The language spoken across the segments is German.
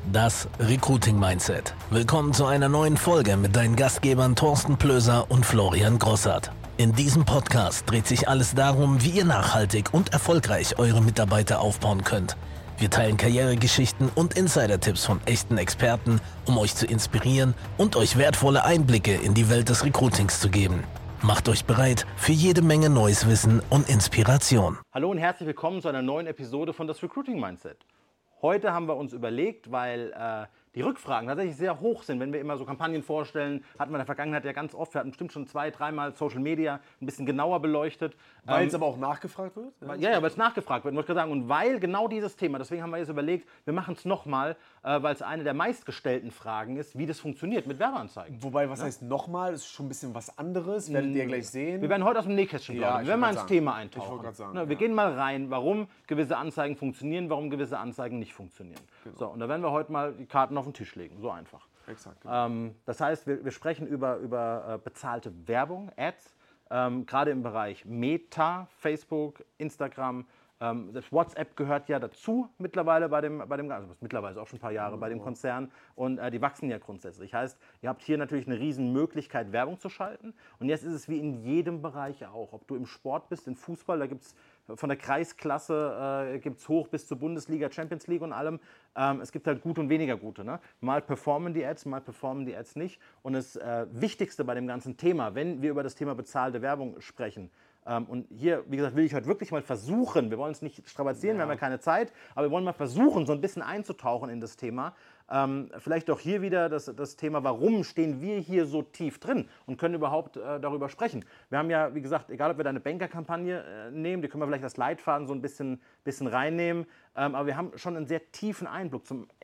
Das Recruiting Mindset. Willkommen zu einer neuen Folge mit deinen Gastgebern Thorsten Plöser und Florian Grossart. In diesem Podcast dreht sich alles darum, wie ihr nachhaltig und erfolgreich eure Mitarbeiter aufbauen könnt. Wir teilen Karrieregeschichten und Insider-Tipps von echten Experten, um euch zu inspirieren und euch wertvolle Einblicke in die Welt des Recruitings zu geben. Macht euch bereit für jede Menge neues Wissen und Inspiration. Hallo und herzlich willkommen zu einer neuen Episode von das Recruiting Mindset. Heute haben wir uns überlegt, weil die Rückfragen tatsächlich sehr hoch sind, wenn wir immer so Kampagnen vorstellen, hatten wir in der Vergangenheit ja ganz oft, wir hatten bestimmt schon 2-3 Mal Social Media ein bisschen genauer beleuchtet. Weil es aber auch nachgefragt wird? Ja, weil es nachgefragt wird, muss ich sagen. Und weil genau dieses Thema, deswegen haben wir jetzt überlegt, wir machen es nochmal, weil es eine der meistgestellten Fragen ist, wie das funktioniert mit Werbeanzeigen. Wobei, was heißt nochmal? Das ist schon ein bisschen was anderes, werdet ihr gleich sehen. Wir werden heute aus dem Nähkästchen plaudern, wenn wir ins Thema Ich eintauchen. wollte gerade sagen, Wir gehen mal rein, warum gewisse Anzeigen funktionieren, warum gewisse Anzeigen nicht funktionieren. Genau. So, und da werden wir heute mal die Karten auf den Tisch legen, so einfach. Exakt. Genau. Das heißt, wir sprechen über bezahlte Werbung, Ads, gerade im Bereich Meta, Facebook, Instagram. Selbst WhatsApp gehört ja dazu mittlerweile bei dem also mittlerweile auch schon ein paar Jahre bei dem Konzern und die wachsen ja grundsätzlich. Heißt, ihr habt hier natürlich eine riesen Möglichkeit, Werbung zu schalten. Und jetzt ist es wie in jedem Bereich auch. Ob du im Sport bist, im Fußball, da gibt es von der Kreisklasse gibt's hoch bis zur Bundesliga, Champions League und allem. Es gibt halt gute und weniger gute. Ne? Mal performen die Ads, mal performen die Ads nicht. Und das Wichtigste bei dem ganzen Thema, wenn wir über das Thema bezahlte Werbung sprechen, und hier, wie gesagt, will ich heute wirklich mal versuchen, wir wollen es nicht strapazieren, wir haben ja keine Zeit, aber wir wollen mal versuchen, so ein bisschen einzutauchen in das Thema. Vielleicht auch hier wieder das Thema, warum stehen wir hier so tief drin und können überhaupt darüber sprechen. Wir haben ja, wie gesagt, egal ob wir da eine Banker-Kampagne nehmen, die können wir vielleicht als Leitfaden so ein bisschen reinnehmen, aber wir haben schon einen sehr tiefen Einblick.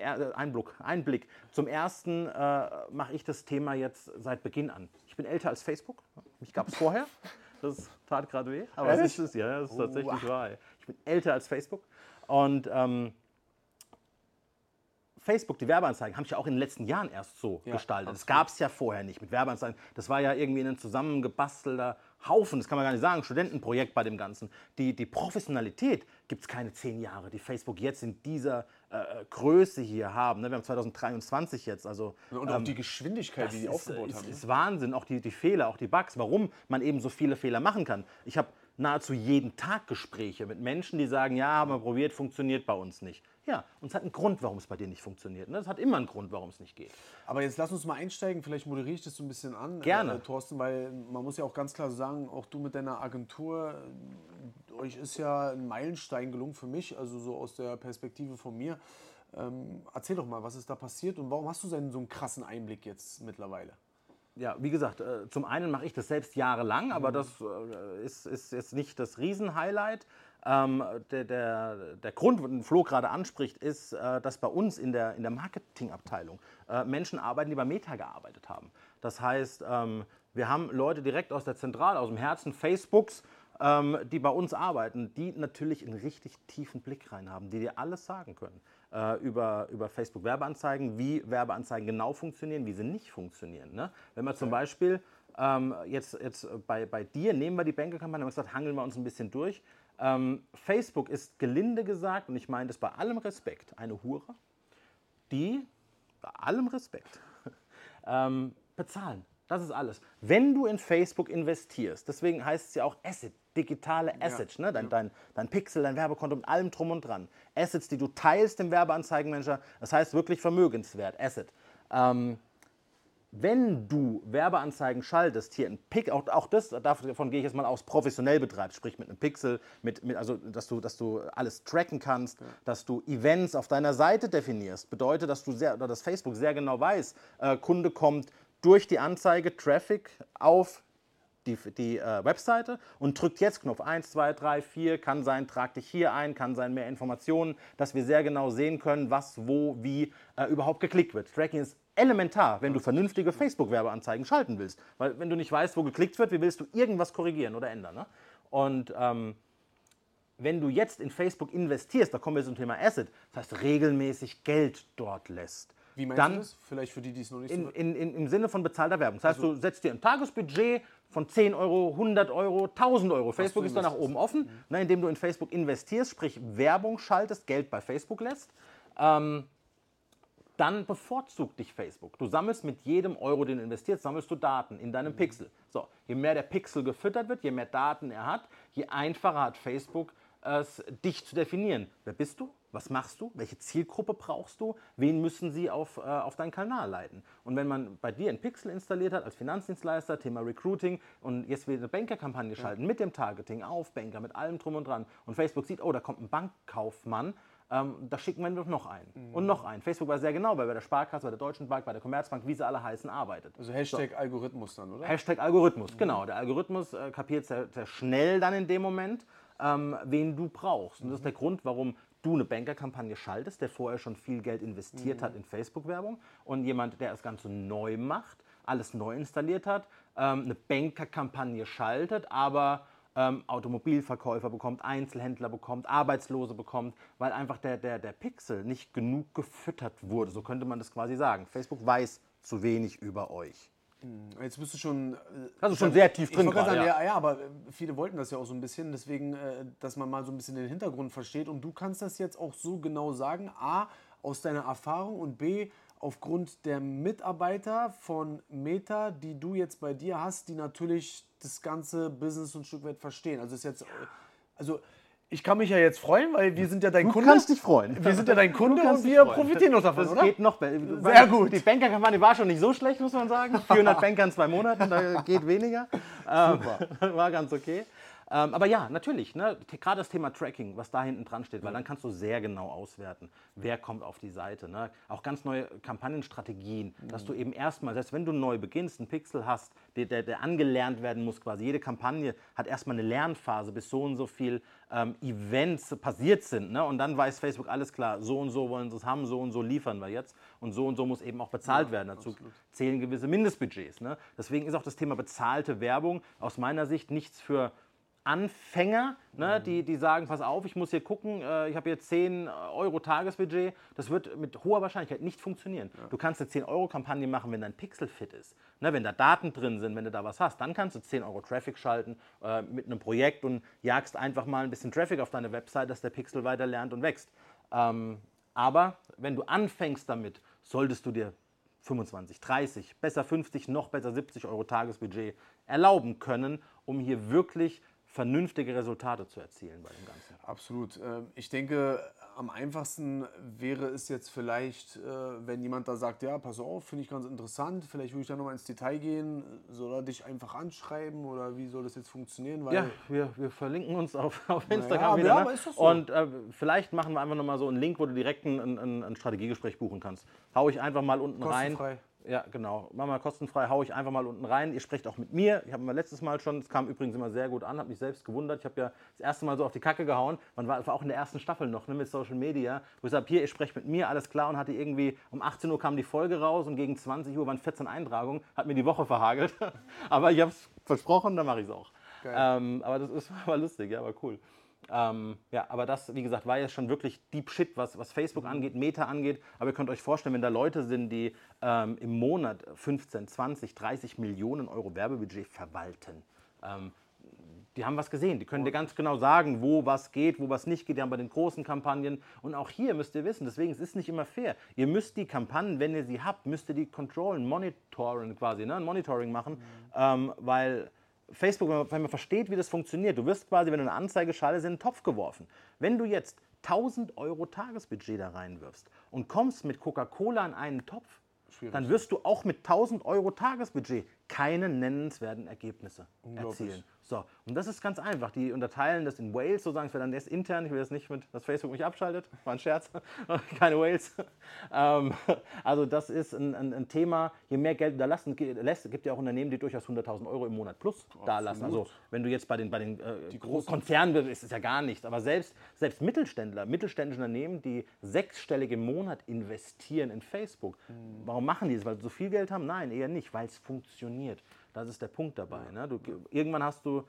Zum Ersten mache ich das Thema jetzt seit Beginn an. Ich bin älter als Facebook, mich gab es vorher. Das tat gerade weh, aber es ist tatsächlich wahr. Ich bin älter als Facebook und Facebook, die Werbeanzeigen, haben sich ja auch in den letzten Jahren erst so gestaltet. Das gab es ja vorher nicht mit Werbeanzeigen. Das war ja irgendwie ein zusammengebastelter Haufen, das kann man gar nicht sagen, Studentenprojekt bei dem Ganzen. Die Professionalität gibt es keine 10 Jahre, die Facebook jetzt in dieser Größe hier haben. Wir haben 2023 jetzt. Also, und auch die Geschwindigkeit, die aufgebaut haben. Das ist Wahnsinn, auch die Fehler, auch die Bugs, warum man eben so viele Fehler machen kann. Ich habe nahezu jeden Tag Gespräche mit Menschen, die sagen, ja, haben wir probiert, funktioniert bei uns nicht. Ja, und es hat einen Grund, warum es bei dir nicht funktioniert. Es hat immer einen Grund, warum es nicht geht. Aber jetzt lass uns mal einsteigen, vielleicht moderiere ich das so ein bisschen an, Gerne. Thorsten, weil man muss ja auch ganz klar sagen, auch du mit deiner Agentur, euch ist ja ein Meilenstein gelungen für mich, also so aus der Perspektive von mir. Erzähl doch mal, was ist da passiert und warum hast du so einen krassen Einblick jetzt mittlerweile? Ja, wie gesagt, zum einen mache ich das selbst jahrelang, aber das ist jetzt nicht das Riesenhighlight. Der Grund, den Flo gerade anspricht, ist, dass bei uns in der Marketingabteilung Menschen arbeiten, die bei Meta gearbeitet haben. Das heißt, wir haben Leute direkt aus der Zentrale, aus dem Herzen Facebooks, die bei uns arbeiten, die natürlich einen richtig tiefen Blick rein haben, die dir alles sagen können über Facebook-Werbeanzeigen, wie Werbeanzeigen genau funktionieren, wie sie nicht funktionieren. Ne? Wenn wir zum Beispiel jetzt bei dir, nehmen wir die Banker-Kampagne, haben wir gesagt, hangeln wir uns ein bisschen durch. Facebook ist gelinde gesagt, und ich meine das bei allem Respekt, eine Hure, die bei allem Respekt bezahlen. Das ist alles. Wenn du in Facebook investierst, deswegen heißt es ja auch Asset, digitale Assets, ne? Dein Pixel, dein Werbekonto mit allem drum und dran. Assets, die du teilst im Werbeanzeigenmanager, das heißt wirklich Vermögenswert, Asset. Wenn du Werbeanzeigen schaltest, hier ein auch das, davon gehe ich jetzt mal aus, professionell betreibst, sprich mit einem Pixel, also dass du alles tracken kannst, dass du Events auf deiner Seite definierst, bedeutet, dass dass Facebook sehr genau weiß, Kunde kommt durch die Anzeige Traffic auf die Webseite und drückt jetzt Knopf 1, 2, 3, 4, kann sein, trag dich hier ein, kann sein, mehr Informationen, dass wir sehr genau sehen können, was, wo, wie überhaupt geklickt wird. Tracking ist elementar, wenn du vernünftige Facebook-Werbeanzeigen schalten willst. Weil wenn du nicht weißt, wo geklickt wird, wie willst du irgendwas korrigieren oder ändern? Ne? Und wenn du jetzt in Facebook investierst, da kommen wir zum Thema Asset, das heißt regelmäßig Geld dort lässt. Wie meinst du das? Vielleicht für die, die es noch nicht so... Im Sinne von bezahlter Werbung. Das heißt, du setzt dir ein Tagesbudget von 10 Euro, 100 Euro, 1000 Euro. Facebook ist da nach oben offen, ne, indem du in Facebook investierst, sprich Werbung schaltest, Geld bei Facebook lässt. dann bevorzugt dich Facebook. Du sammelst mit jedem Euro, den du investierst, sammelst du Daten in deinem Pixel. So, je mehr der Pixel gefüttert wird, je mehr Daten er hat, je einfacher hat Facebook es, dich zu definieren. Wer bist du? Was machst du? Welche Zielgruppe brauchst du? Wen müssen sie auf deinen Kanal leiten? Und wenn man bei dir einen Pixel installiert hat als Finanzdienstleister, Thema Recruiting und jetzt will eine Bankerkampagne schalten mit dem Targeting auf Banker, mit allem drum und dran und Facebook sieht, oh, da kommt ein Bankkaufmann, da schicken wir noch einen und noch einen. Facebook weiß sehr genau, weil bei der Sparkasse, bei der Deutschen Bank, bei der Commerzbank, wie sie alle heißen, arbeitet. Also Hashtag Algorithmus dann, oder? Hashtag Algorithmus, genau. Der Algorithmus kapiert sehr, sehr schnell dann in dem Moment, wen du brauchst. Und das ist der Grund, warum du eine Bankerkampagne schaltest, der vorher schon viel Geld investiert hat in Facebook-Werbung und jemand, der das Ganze neu macht, alles neu installiert hat, eine Bankerkampagne schaltet, aber Automobilverkäufer bekommt, Einzelhändler bekommt, Arbeitslose bekommt, weil einfach der Pixel nicht genug gefüttert wurde. So könnte man das quasi sagen. Facebook weiß zu wenig über euch. Jetzt bist du schon... Also schon sehr tief drin gerade. gerade, Ja, aber viele wollten das ja auch so ein bisschen, deswegen, dass man mal so ein bisschen den Hintergrund versteht. Und du kannst das jetzt auch so genau sagen, A, aus deiner Erfahrung und B, aufgrund der Mitarbeiter von Meta, die du jetzt bei dir hast, die natürlich das ganze Business ein Stück weit verstehen. Also ich kann mich ja jetzt freuen, weil wir sind ja dein Kunde. Du kannst dich freuen. Wir sind ja dein Kunde und wir profitieren noch davon, das oder? geht noch besser. Sehr gut. Die Bankerkampagne war schon nicht so schlecht, muss man sagen. 400 Banker in 2 Monaten, da geht weniger. Super. War ganz okay. Aber ja, natürlich, ne? Gerade das Thema Tracking, was da hinten dran steht, weil dann kannst du sehr genau auswerten, wer kommt auf die Seite. Ne? Auch ganz neue Kampagnenstrategien, dass du eben erstmal, selbst wenn du neu beginnst, einen Pixel hast, der angelernt werden muss quasi. Jede Kampagne hat erstmal eine Lernphase, bis so und so viel Events passiert sind. Ne? Und dann weiß Facebook, alles klar, so und so wollen sie es haben, so und so liefern wir jetzt. Und so muss eben auch bezahlt werden. Dazu zählen gewisse Mindestbudgets. Ne? Deswegen ist auch das Thema bezahlte Werbung aus meiner Sicht nichts für Anfänger, ne, die sagen, pass auf, ich muss hier gucken, ich habe jetzt 10 Euro Tagesbudget, das wird mit hoher Wahrscheinlichkeit nicht funktionieren. Ja. Du kannst eine 10 Euro Kampagne machen, wenn dein Pixel fit ist. Ne, wenn da Daten drin sind, wenn du da was hast, dann kannst du 10 Euro Traffic schalten mit einem Projekt und jagst einfach mal ein bisschen Traffic auf deine Website, dass der Pixel weiter lernt und wächst. Aber wenn du anfängst damit, solltest du dir 25, 30, besser 50, noch besser 70 Euro Tagesbudget erlauben können, um hier wirklich vernünftige Resultate zu erzielen bei dem Ganzen. Absolut. Ich denke, am einfachsten wäre es jetzt vielleicht, wenn jemand da sagt, ja, pass auf, finde ich ganz interessant, vielleicht würde ich da nochmal ins Detail gehen, soll er dich einfach anschreiben oder wie soll das jetzt funktionieren? Weil ja, wir verlinken uns auf Instagram ja, wieder. ja, Ne? aber ist doch so. Und vielleicht machen wir einfach nochmal so einen Link, wo du direkt ein Strategiegespräch buchen kannst. Hau ich einfach mal unten kostenfrei rein. Ja, genau. Machen wir kostenfrei, haue ich einfach mal unten rein. Ihr sprecht auch mit mir. Ich habe mal letztes Mal schon, es kam übrigens immer sehr gut an, habe mich selbst gewundert. Ich habe ja das erste Mal so auf die Kacke gehauen. Man war auch in der ersten Staffel noch, ne, mit Social Media. Wo ich sage, hier, ihr sprecht mit mir, alles klar. Und hatte irgendwie, um 18 Uhr kam die Folge raus und gegen 20 Uhr waren 14 Eintragungen. Hat mir die Woche verhagelt. Aber ich habe es versprochen, dann mache ich es auch. Aber das war lustig, ja, war cool. Ja, aber das, wie gesagt, war ja schon wirklich Deep Shit, was Facebook angeht, Meta angeht. Aber ihr könnt euch vorstellen, wenn da Leute sind, die im Monat 15, 20, 30 Millionen Euro Werbebudget verwalten, die haben was gesehen. Die können dir ganz genau sagen, wo was geht, wo was nicht geht. Die haben bei den großen Kampagnen. Und auch hier müsst ihr wissen, deswegen es ist nicht immer fair. Ihr müsst die Kampagnen, wenn ihr sie habt, müsst ihr die controllen, monitoren quasi, ne? Ein Monitoring machen, weil Facebook, wenn man versteht, wie das funktioniert, du wirst quasi, wenn du eine Anzeige schaltest, in den Topf geworfen. Wenn du jetzt 1000 Euro Tagesbudget da reinwirfst und kommst mit Coca-Cola in einen Topf, dann wirst du auch mit 1000 Euro Tagesbudget keine nennenswerten Ergebnisse erzielen. So, und das ist ganz einfach. Die unterteilen das in Whales, sozusagen, es wäre dann das intern, ich will das nicht mit, dass Facebook mich abschaltet, war ein Scherz, keine Whales. Also das ist ein Thema, je mehr Geld du da lässt, es gibt ja auch Unternehmen, die durchaus 100.000 Euro im Monat plus da lassen. Also wenn du jetzt bei den Konzernen bist, ist es ja gar nichts. Aber selbst mittelständische Unternehmen, die 6-stellig im Monat investieren in Facebook, warum machen die das? Weil sie so viel Geld haben? Nein, eher nicht, weil es funktioniert. Das ist der Punkt dabei. Ne? Irgendwann hast du,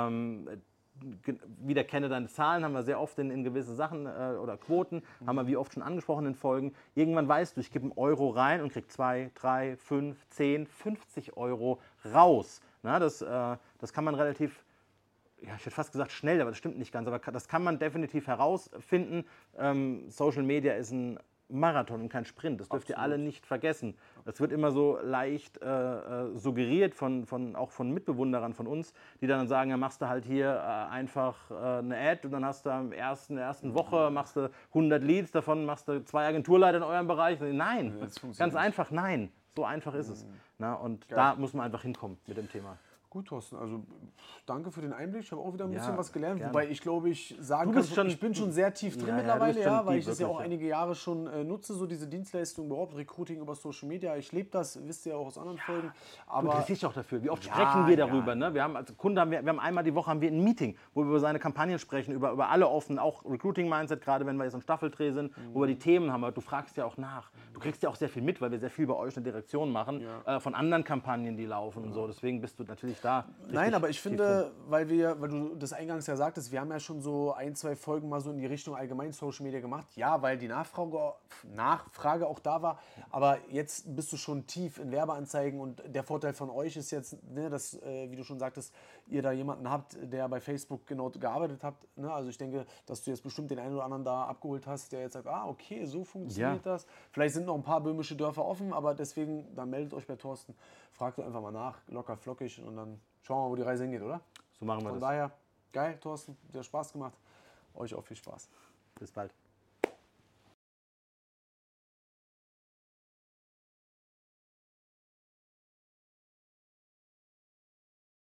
wieder kenne deine Zahlen, haben wir sehr oft in gewisse Sachen oder Quoten, haben wir wie oft schon angesprochen in Folgen. Irgendwann weißt du, ich gebe einen Euro rein und kriege 2, 3, 5, 10, 50 Euro raus. Na, das kann man relativ, ja, ich hätte fast gesagt schnell, aber das stimmt nicht ganz, aber das kann man definitiv herausfinden. Social Media ist ein Marathon und kein Sprint. Das dürft ihr alle nicht vergessen. Das wird immer so leicht suggeriert auch von Mitbewunderern von uns, die dann sagen, ja, machst du halt hier einfach eine Ad und dann hast du in der ersten Woche machst du 100 Leads, davon machst du 2 Agenturleiter in eurem Bereich. Nein, ganz einfach nein. So einfach ist es. Na, und da muss man einfach hinkommen mit dem Thema. Gut, Thorsten, also danke für den Einblick. Ich habe auch wieder ein bisschen was gelernt, gerne. wobei ich glaube, ich sagen kann, ich bin schon sehr tief drin mittlerweile, weil ich das ja auch einige Jahre schon nutze, so diese Dienstleistung, überhaupt Recruiting über Social Media. Ich lebe das, wisst ihr ja auch aus anderen Folgen. Aber du interessierst dich auch dafür. Wie oft sprechen wir darüber? Ne? Wir haben als Kunde wir haben einmal die Woche ein Meeting, wo wir über seine Kampagnen sprechen, über alle offen, auch Recruiting-Mindset, gerade wenn wir jetzt im Staffeldreh sind, wo wir die Themen haben. Aber du fragst ja auch nach. Du kriegst ja auch sehr viel mit, weil wir sehr viel bei euch in der Direktion machen, von anderen Kampagnen, die laufen und so. Deswegen bist du natürlich da. Nein, aber ich finde, weil du das eingangs ja sagtest, wir haben ja schon so 1, 2 Folgen mal so in die Richtung allgemein Social Media gemacht. Ja, weil die Nachfrage auch da war. Aber jetzt bist du schon tief in Werbeanzeigen und der Vorteil von euch ist jetzt, ne, dass, wie du schon sagtest, ihr da jemanden habt, der bei Facebook genau gearbeitet hat. Ne? Also ich denke, dass du jetzt bestimmt den einen oder anderen da abgeholt hast, der jetzt sagt, okay, so funktioniert das. Vielleicht sind noch ein paar böhmische Dörfer offen, aber deswegen, dann meldet euch bei Thorsten, fragt einfach mal nach, locker flockig und dann schauen wir mal, wo die Reise hingeht, oder? So machen wir das. Von daher, geil, Thorsten, sehr Spaß gemacht. Euch auch viel Spaß. Bis bald.